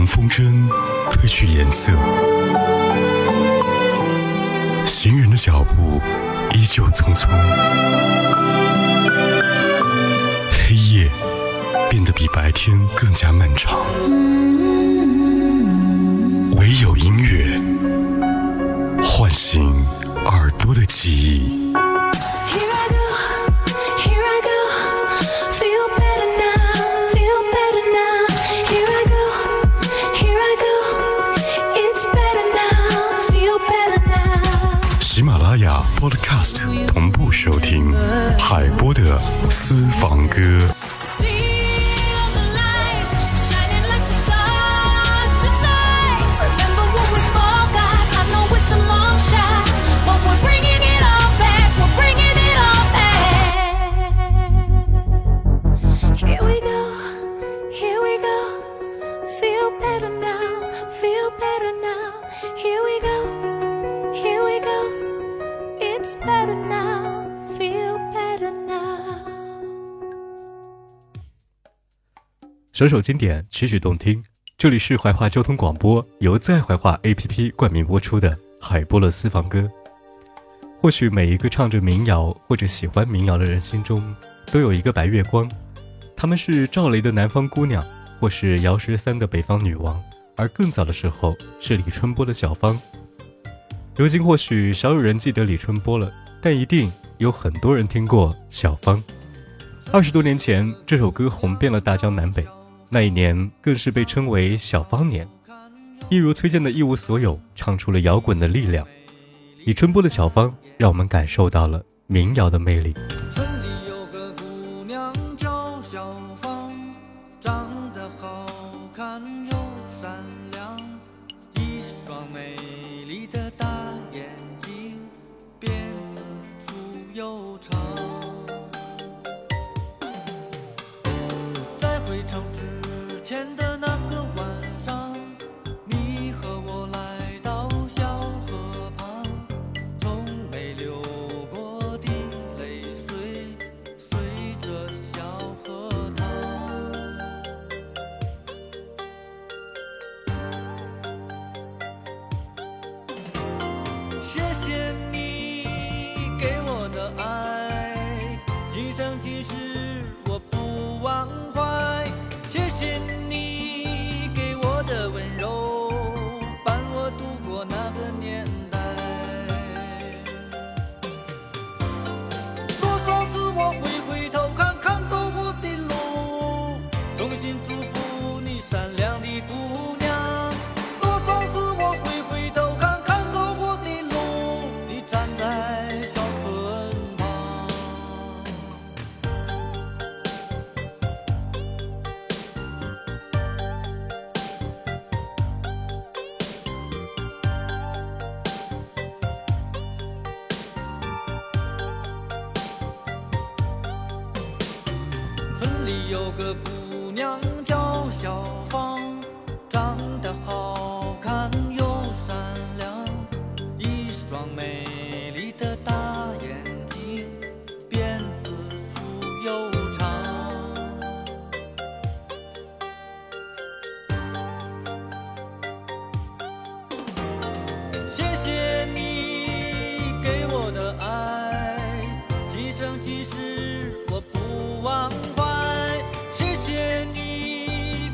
风筝褪去颜色，行人的脚步依旧匆匆，黑夜变得比白天更加漫长，唯有音乐唤醒耳朵的记忆。喜马拉雅 Podcast 同步收听海波的私房歌。 首首经典，曲曲动听。这里是怀化交通广播，由在怀化 APP 冠名播出的海波的私房歌。或许每一个唱着民谣或者喜欢民谣的人心中都有一个白月光，他们是赵雷的南方姑娘，或是姚13的北方女王，而更早的时候是李春波的小芳。如今或许少有人记得李春波了，但一定有很多人听过小芳。20多年前，这首歌红遍了大江南北，那一年更是被称为小芳年。一如崔健的一无所有，唱出了摇滚的力量。李春波的小芳让我们感受到了民谣的魅力。 村里有个姑娘叫小芳，长得好看又善良，一双美丽的大眼睛，辫子粗又长。在回城之前的那个晚上，你和我来到小河旁，从没流过的泪水随着小河淌。谢谢你给我的爱，今生今世我不忘怀。谢谢你给我的温柔，伴我度过那个年代。多少次我会回头看看走我的路，衷心祝福你善良的姑娘。多少次我会回头看看走我的路，你站在小村旁。村里有个姑娘叫小芳，长得好看又善良，一双美丽的大眼睛，辫子粗又长。谢谢你给我的爱，今生今世我不忘怀。谢谢你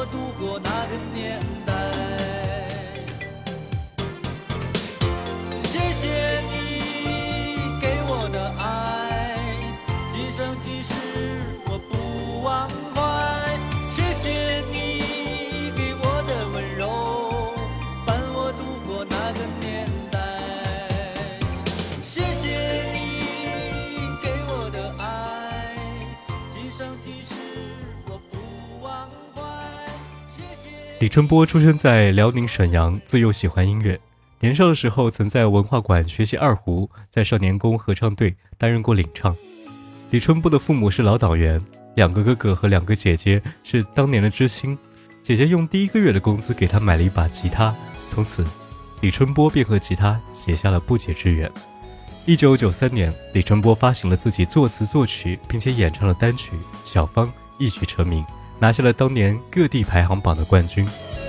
我度过那个年代。谢谢你给我的爱，今生今世我不忘怀。谢谢你给我的温柔，伴我度过那个年代。谢谢你给我的爱，今生今世我不忘怀。谢谢。 李春波出生在辽宁沈阳，自幼喜欢音乐。年少的时候曾在文化馆学习二胡，在少年宫合唱队担任过领唱。李春波的父母是老党员，2个哥哥和2个姐姐是当年的知青。姐姐用第1个月的工资给他买了一把吉他，从此李春波便和吉他结下了不解之缘。1993年，李春波发行了自己作词作曲并且演唱的单曲《小芳》，一举成名，拿下了当年各地排行榜的冠军。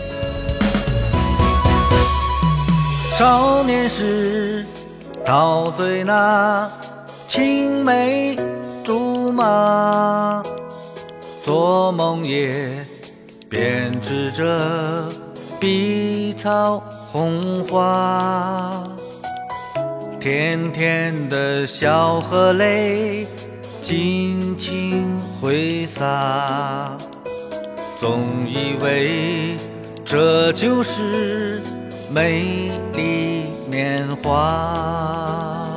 少年时陶醉那青梅竹马，做梦也编织着碧草红花。甜甜的笑和泪尽情挥洒，总以为这就是美丽年华。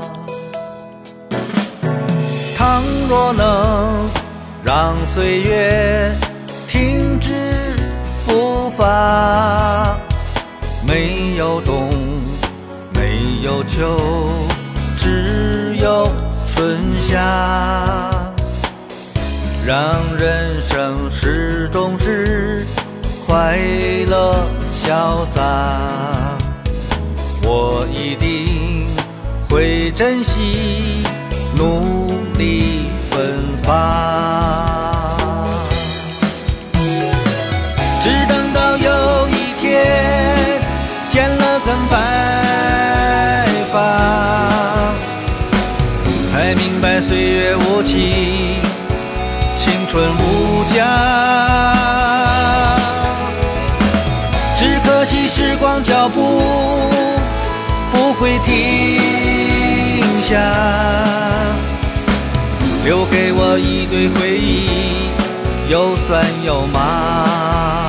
倘若能让岁月停止步伐，没有冬，没有秋，只有春夏，让人生始终是快乐潇洒。我一定会珍惜，努力奋发，只等到有一天剪了根白发，才明白岁月无情，青春无价。只可惜时光脚步不会停下，留给我一堆回忆，有酸有麻。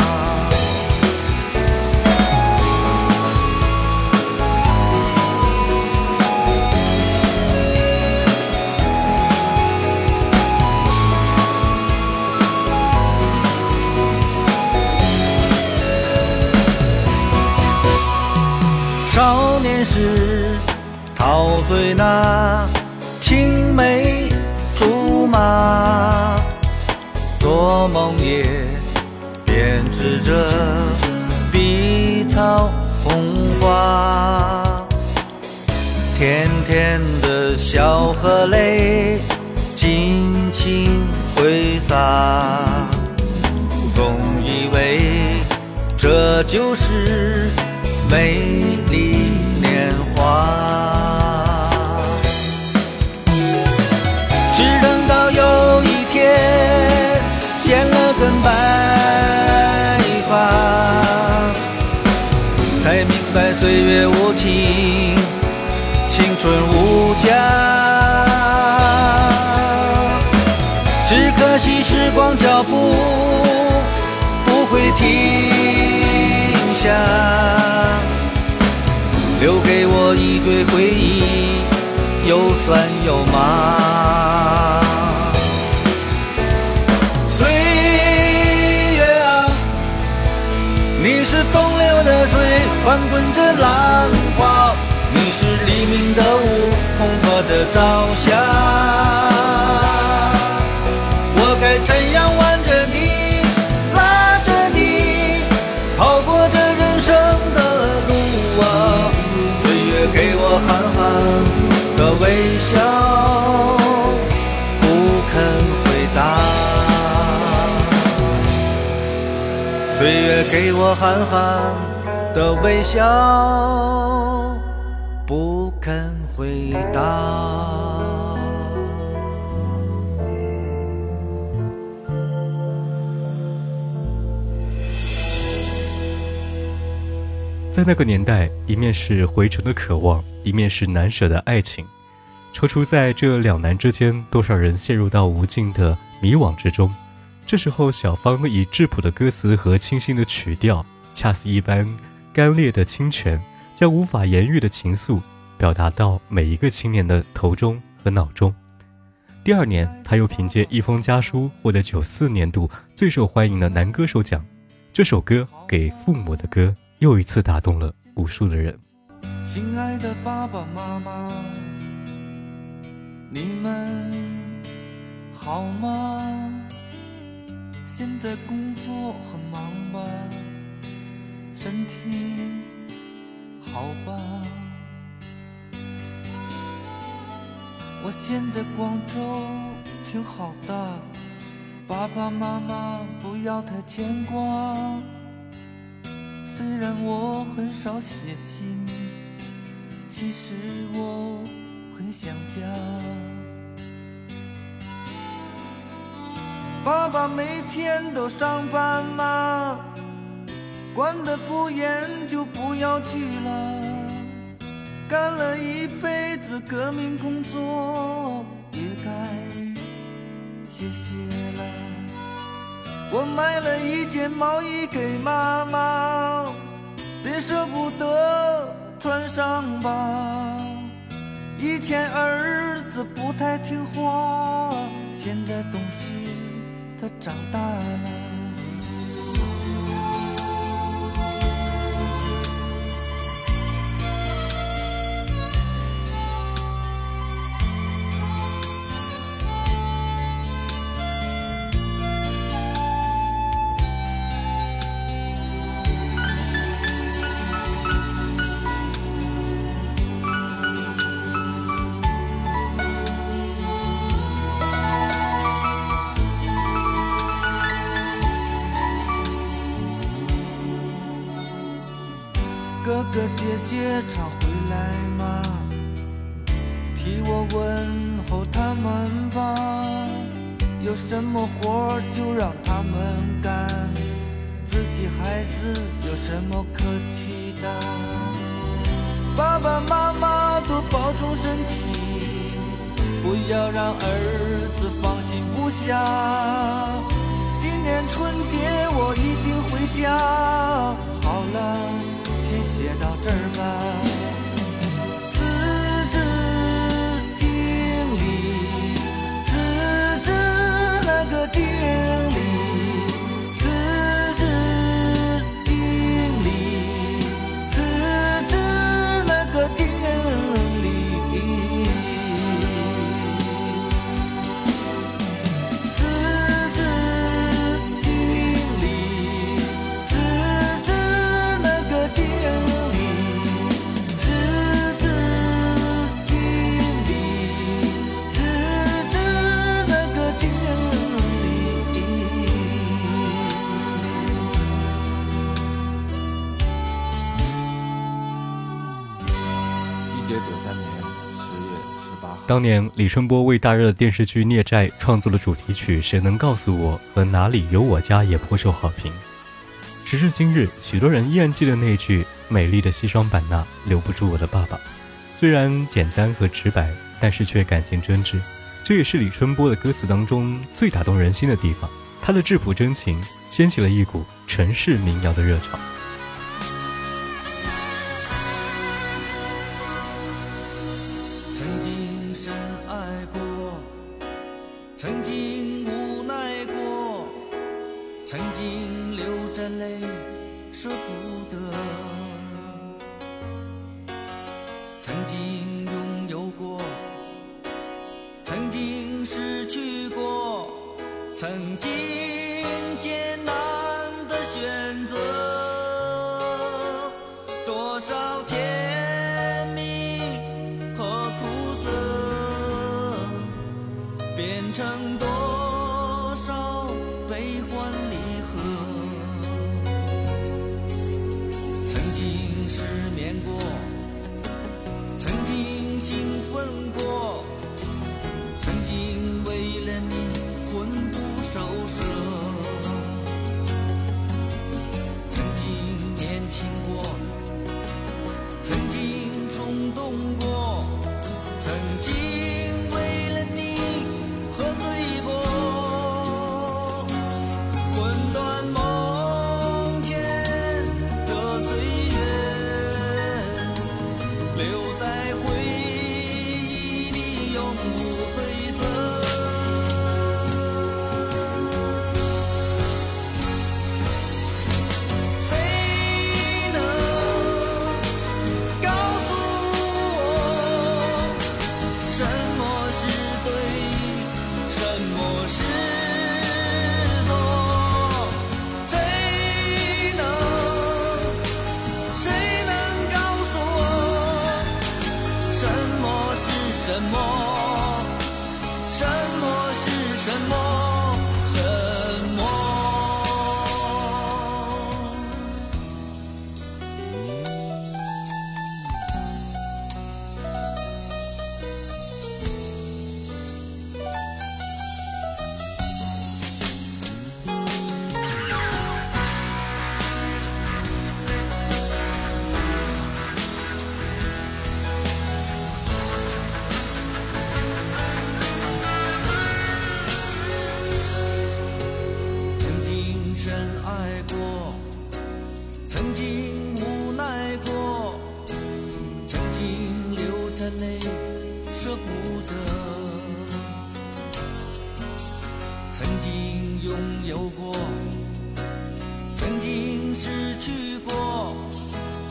少年时陶醉那青梅竹马，做梦也编织着碧草红花。甜甜的笑和泪尽情挥洒，总以为这就是美丽年华。只等到有一天剪了根白发，才明白岁月无情，青春无价。只可惜时光脚步不会停下，留给我一堆回忆，有酸有麻。岁月啊，你是东流的水，翻滚着浪花，你是黎明的雾，烘托着朝霞。我该怎样挽着你，拉着你，跑过这人生的路啊。岁月给我憨憨的微笑，不肯回答。岁月给我憨憨的微笑，不肯回答。 在那个年代，一面是回城的渴望，一面是难舍的爱情，踌躇在这两难之间，多少人陷入到无尽的迷惘之中。这时候，小芳以质朴的歌词和清新的曲调，恰似一般干裂的清泉，将无法言喻的情愫表达到每一个青年的头中和脑中。第二年，他又凭借一封家书获得94年度最受欢迎的男歌手奖。这首歌《给父母的歌》又一次打动了无数的人。 亲爱的爸爸妈妈，你们好吗？现在工作很忙吧？身体好吧？我现在广州挺好的，爸爸妈妈不要太牵挂。虽然我很少写信，其实我很想家。爸爸每天都上班吗？管得不严就不要去了。干了一辈子革命工作，也该歇歇了。我买了一件毛衣给妈妈，别舍不得穿上吧。以前儿子不太听话，现在懂事，他长大了。哥哥姐姐常回来吗？替我问候他们吧。有什么活就让他们干，自己孩子有什么可气的？爸爸妈妈多保重身体，不要让儿子放心不下。今年春节我一定回家。好了，先写到这儿吧。辞职经理，辞职那个经理，辞职经理，辞职那个经理，辞职经理，辞职那个经理。 当年李春波为大热的电视剧《孽债》创作了主题曲《谁能告诉我》和《哪里有我家》也颇受好评。时至今日，许多人依然记得那句美丽的西双版纳留不住我的爸爸。虽然简单和直白，但是却感情真挚，这也是李春波的歌词当中最打动人心的地方。他的质朴真情掀起了一股城市民谣的热潮。 曾经深爱过，曾经无奈过，曾经流着泪舍不得，曾经拥有过，曾经失去过，曾经艰难的选择，多少甜蜜和苦涩，变成多少悲欢离合。曾经失眠过，曾经兴奋过，曾经为了你魂不守舍，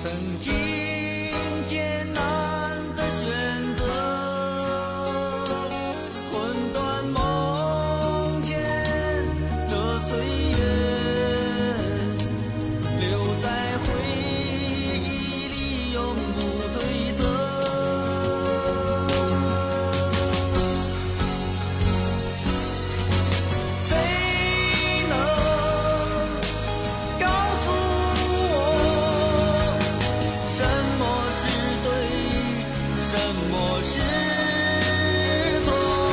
曾经艰难的选择，魂断梦牵的岁月，留在回忆里永不褪色。谁能告诉我，什么是对，什么是错？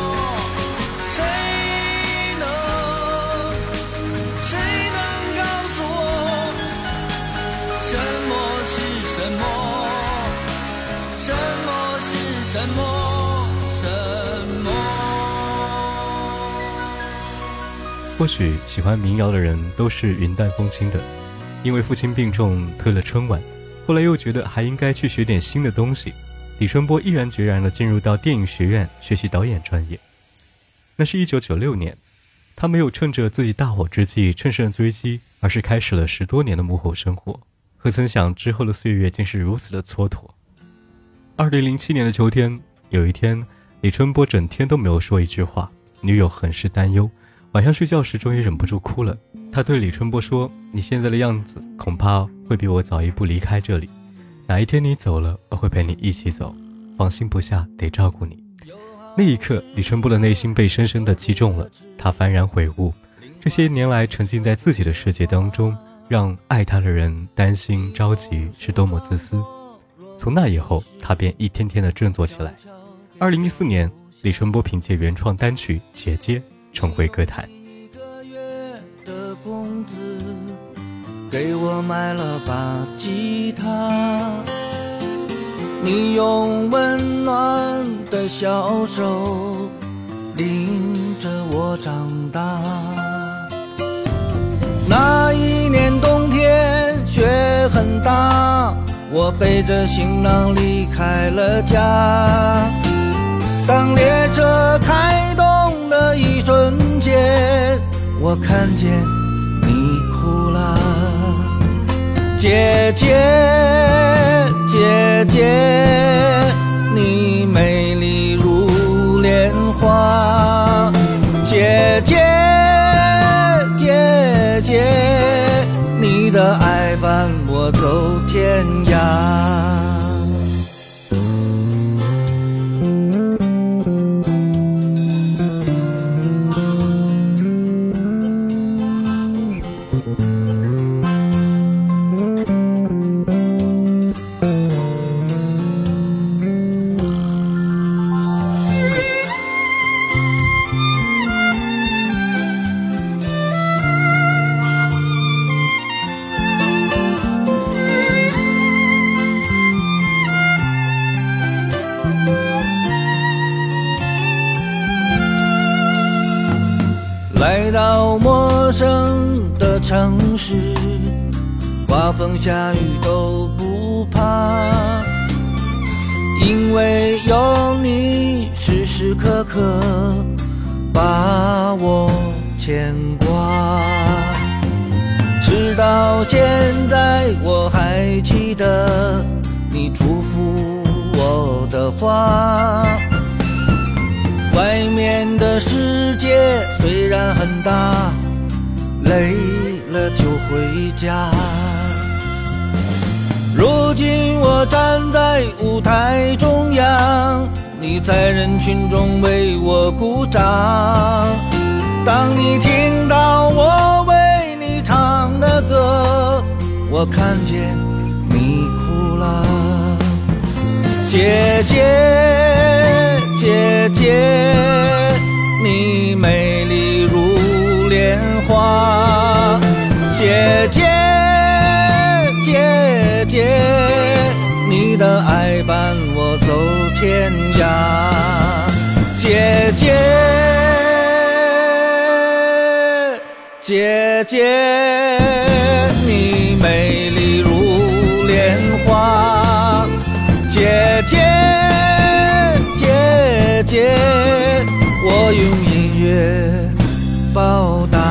谁能告诉我，什么是什么？什么是什么？什么？ 或许喜欢民谣的人都是云淡风轻的，因为父亲病重推了春晚，后来又觉得还应该去学点新的东西，李春波毅然决然地进入到电影学院学习导演专业。那是1996年，他没有趁着自己大火之际乘胜追击，而是开始了10多年的幕后生活。何曾想之后的岁月竟是如此的蹉跎。2007年的秋天，有一天李春波整天都没有说一句话，女友很是担忧，晚上睡觉时终于忍不住哭了。他对李春波说，你现在的样子恐怕会比我早一步离开这里，哪一天你走了，我会陪你一起走，放心不下，得照顾你。那一刻，李春波的内心被深深地击中了，他幡然悔悟，这些年来沉浸在自己的世界当中，让爱他的人担心着急，是多么自私。从那以后，他便一天天地振作起来。2014年，李春波凭借原创单曲《姐姐》重回歌坛。 一个月的工资给我买了把吉他，你用温暖的小手领着我长大。那一年冬天雪很大，我背着行囊离开了家。当列车开动的一瞬间，我看见你哭了。姐姐，姐姐，你美丽如莲花。姐姐，姐姐，你的爱伴我走天涯。来到陌生的城市，刮风下雨都不怕，因为有你时时刻刻把我牵挂。直到现在我还记得你嘱咐我的话，外面的世界虽然很大，累了就回家。如今我站在舞台中央，你在人群中为我鼓掌。当你听到我为你唱的歌，我看见你哭了。姐姐，姐姐，你美丽如莲花。姐姐，姐姐，你的爱伴我走天涯。姐姐，姐姐，你美丽如莲花。姐姐，姐姐，我用音乐报答。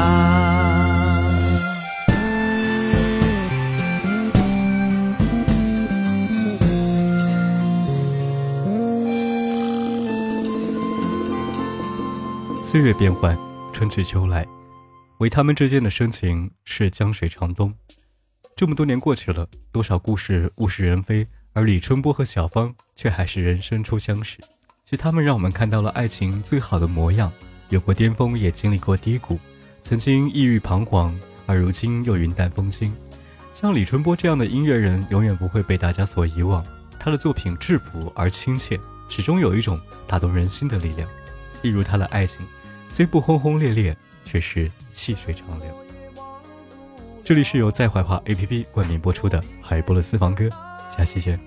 岁月变幻，春去秋来，唯他们之间的深情是江水长东。这么多年过去了，多少故事物是人非，而李春波和小芳却还是人生初相识。是他们让我们看到了爱情最好的模样，有过巅峰，也经历过低谷，曾经抑郁彷徨，而如今又云淡风轻。像李春波这样的音乐人永远不会被大家所遗忘，他的作品质朴而亲切，始终有一种打动人心的力量。例如他的爱情虽不轰轰烈烈，却是细水长流。这里是由在怀化 APP 冠名播出的海波的私房歌，下期见。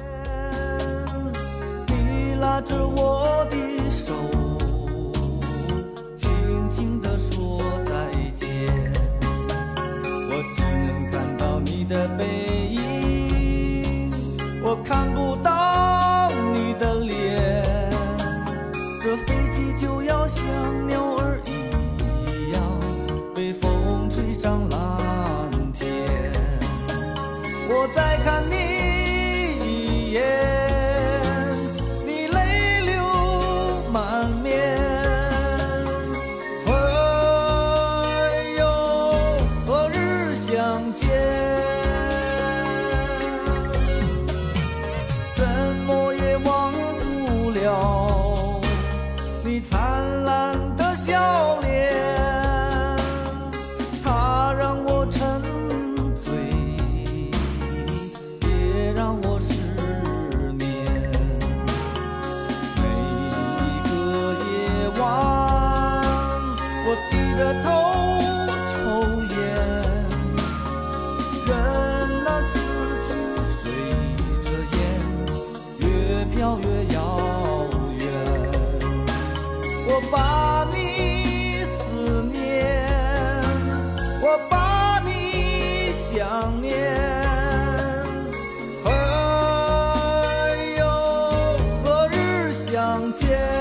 你拉着我的手，轻轻地说再见，我只能看到你的背影，我看不到你的脸，这飞机就要像鸟儿一样被风吹上蓝天，我再看你一眼，你泪流满面，哎呦，何日相见？怎么也忘不了你灿烂的笑脸，它让我沉醉，也让我失眠。每一个夜晚，我低着头抽烟，任那思绪随着烟越飘越遥远。我把你思念，我把你想念，哎呦，何日相见？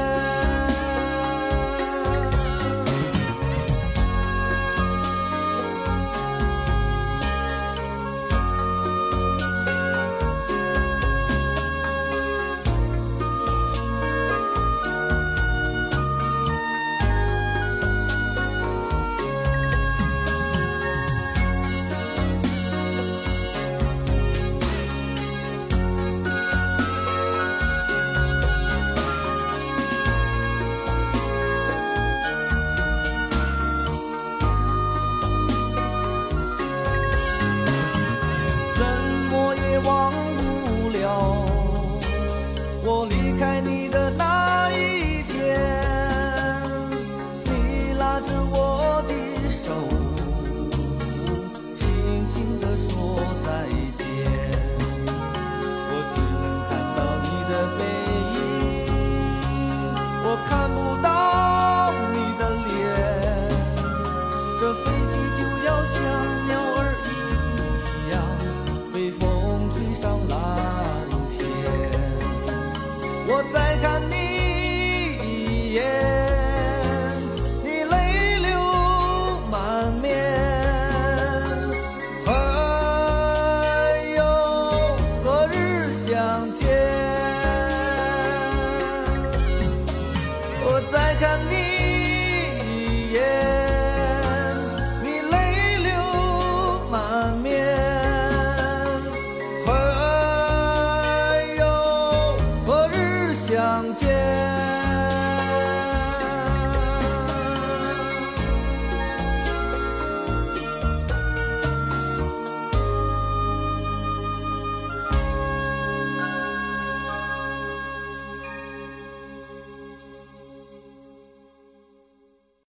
怎么也忘不了我离开你的那一天，你拉着我的手，轻轻地说再见，我只能看到你的背影，我看不到你的脸，这飞机就要像鸟儿一样被风吹上蓝天，我再看你一眼，你泪流满面，哎呦，何日相见？我再看你一眼，你泪流满面，哎呦，何日相见？